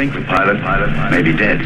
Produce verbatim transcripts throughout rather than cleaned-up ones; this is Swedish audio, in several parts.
think the pilot, pilot may be dead.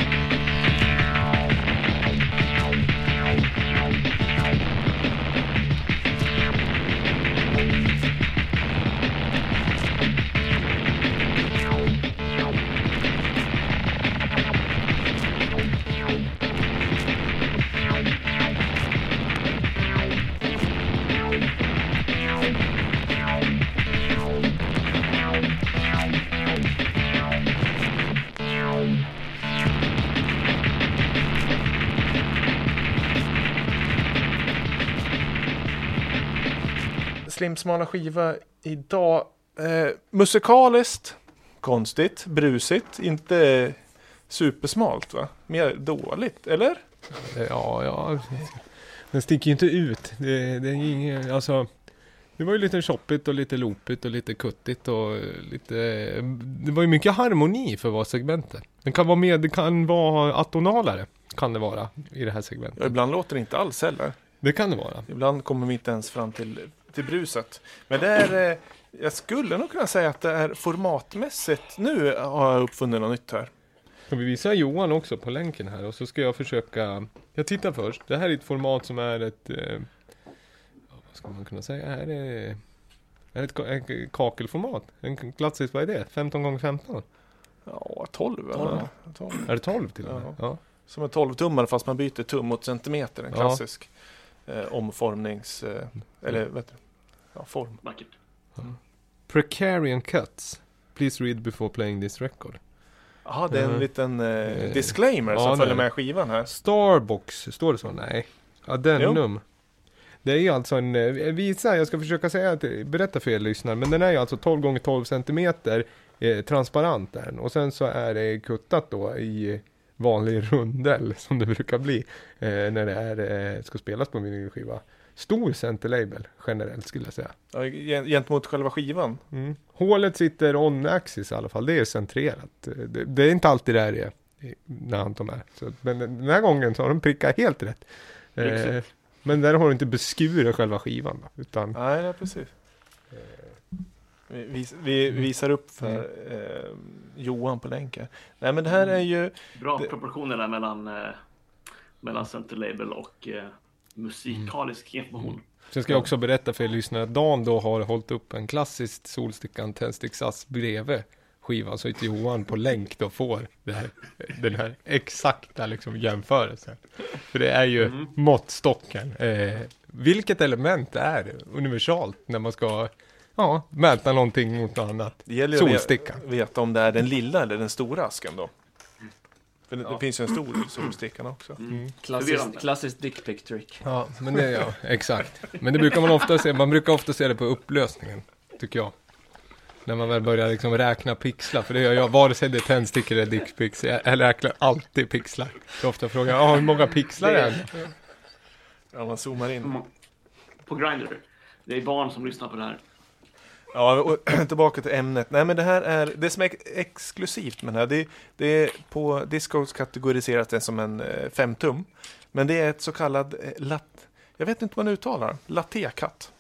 Slimsmala skiva idag. Eh, musikaliskt, konstigt, brusigt, inte supersmalt va? Mer dåligt, eller? Ja, ja. Den sticker ju inte ut. Det, det är ingen, alltså, det var ju lite choppigt och lite loopigt och lite kuttigt och lite, det var ju mycket harmoni för vad segmentet. Den kan vara med, det kan vara atonalare, kan det vara i det här segmentet. Ja, ibland låter det inte alls heller. Det kan det vara. Ibland kommer vi inte ens fram till till bruset. Men det är, eh, jag skulle nog kunna säga att det är formatmässigt. Nu har jag uppfunnit något nytt här. Ska vi visa Johan också på länken här och så ska jag försöka, jag tittar först. Det här är ett format som är ett, eh, vad ska man kunna säga, här är, är ett, ett kakelformat. En klassisk, vad är det? femton gånger femton? Ja, tolv. tolv. tolv. Är det tolv till och med? Ja. Ja. Som en tolv-tummare fast man byter tum mot centimeter. En klassisk ja. eh, omformnings, eh, eller vet du, ja, form. Vackert. Mm. Precarian cuts. Please read before playing this record. Jaha, det är en mm. liten eh, disclaimer ja, som följer nej. med skivan här. Starbox, står det så? Nej. Addendum. Det är ju alltså en, visa, jag ska försöka säga att, berätta för er lyssnare, men den är ju alltså tolv gånger tolv centimeter eh, transparent där. Och sen så är det kuttat då i vanlig rundel som det brukar bli eh, när det är, eh, ska spelas på min skiva. Stor centerlabel generellt skulle jag säga. Ja, gentemot själva skivan. Mm. Hålet sitter on-axis i alla fall. Det är centrerat. Det, det är inte alltid där det är när han tar med. Så, men den här gången så har de prickat helt rätt. Eh, men där har de inte beskurit själva skivan. Då, utan, nej, ja, precis. Eh, vi, vi, vi visar upp för eh, Johan på länken. Nej, men det här är ju... Bra det, proportioner där mellan, eh, mellan centerlabel och... Eh, musikalisk information. Mm. Sen ska jag också berätta för er lyssnare att Dan då har hållit upp en klassisk Solstickan tändsticksass bredvid skivan så att Johan på länk då får det här, den här exakta liksom jämförelsen. För det är ju mm. måttstocken. Eh, vilket element är universalt när man ska ja, mäta någonting mot något annat? Det gäller Solstickan. Att veta om det är den lilla eller den stora asken då. För det, ja. det finns ju en stor solstickan också. Mm. Klassiskt, klassiskt dickpick trick. Ja, men det är ja, exakt. Men det brukar man ofta se, man brukar ofta se det på upplösningen, tycker jag. När man väl börjar liksom räkna pixlar, för det gör jag vare sig det är tändstickor eller dickpicks. Jag räknar alltid pixlar. Så ofta frågar jag, ah, hur många pixlar är det? Ja, man zoomar in. På Grindr. Det är barn som lyssnar på det här. Ja, och tillbaka till ämnet. Nej, men det här är det som är exklusivt med det här. Det, det är på Discogs kategoriserat det som en eh, fem tum. Men det är ett så kallad eh, lat, jag vet inte vad man uttalar. Latte-katt.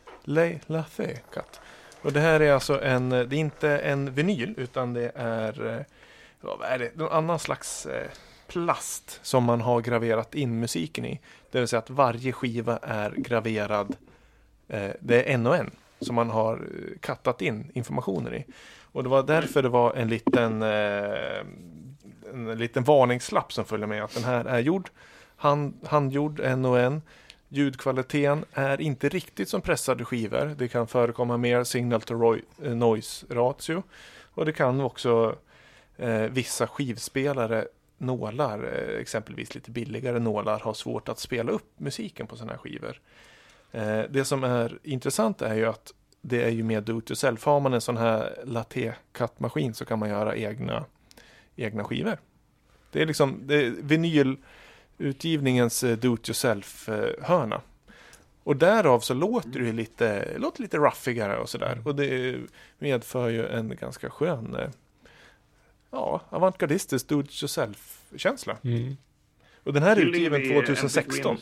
Latte-katt. Och det här är alltså en, det är inte en vinyl utan det är, eh, vad är det? Någon annan slags eh, plast som man har graverat in musiken i. Det vill säga att varje skiva är graverad. Eh, det är en och en. Som man har kattat in informationen i. Och det var därför det var en liten eh, en liten varningslapp som följer med att den här är gjord hand, handgjord en och en. Ljudkvaliteten är inte riktigt som pressade skivor. Det kan förekomma mer signal to roy, eh, noise ratio. Och det kan också eh, vissa skivspelare nålar, eh, exempelvis lite billigare nålar, har svårt att spela upp musiken på såna här skivor. Det som är intressant är ju att det är ju med do-it-yourself. Har man en sån här latte-kattmaskin så kan man göra egna, egna skivor. Det är liksom det är vinylutgivningens do-it-yourself-hörna. Och därav så låter det lite, låter lite ruffigare och sådär. Och det medför ju en ganska skön ja, avantgardistisk do-it-yourself-känsla. Mm. Och den här är utgiven tjugohundrasexton.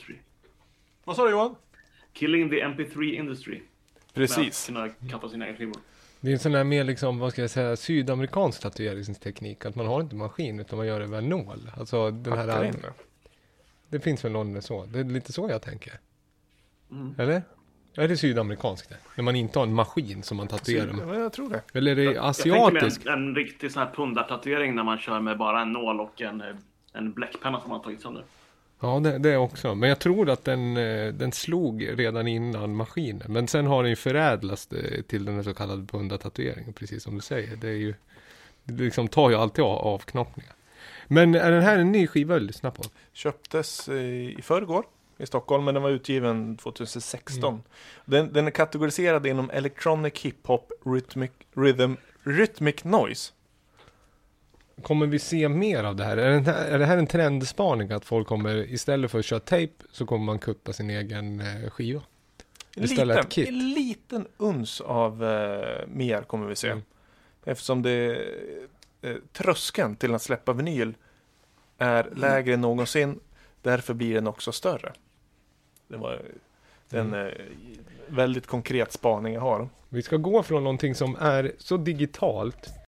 Vad sa du, Johan? Killing the M P tre industry. Precis. Kunna katta sina egna skivor. Det är en sån här mer liksom, vad ska jag säga, sydamerikansk tatueringsteknik. Att man har inte maskin utan man gör det med nål. Alltså den här... Hackar in. Det finns väl någon så. Det är lite så jag tänker. Mm. Eller? Är det sydamerikanskt det? När man inte har en maskin som man tatuerar med. Ja, jag tror det. Eller är det Jag tänker asiatisk? mig en, en riktig sån här pundartatuering när man kör med bara en nål och en, en bläckpenna som man har tagit sönder. Ja, det, det också. Men jag tror att den, eh, den slog redan innan maskinen. Men sen har den ju förädlats eh, till den så kallade pundatatueringen, precis som du säger. Det är ju, det liksom tar ju alltid av, avknoppningar. Men är den här en ny skiva att lyssna på? Köptes i, i förrgår i Stockholm, men den var utgiven tjugohundrasexton. Mm. Den, den är kategoriserad inom electronic hiphop, rhythmic, rhythm, rhythmic noise. Kommer vi se mer av det här? Är det här, är det här en trendspaning att folk kommer, istället för att köra tape, så kommer man kutta sin egen eh, skiva? En Istället liten, ett kit. en liten uns av eh, mer kommer vi se. Mm. Eftersom det eh, tröskeln till att släppa vinyl är lägre än någonsin, därför blir den också större. Det var en eh, väldigt konkret spaning jag har. Vi ska gå från någonting som är så digitalt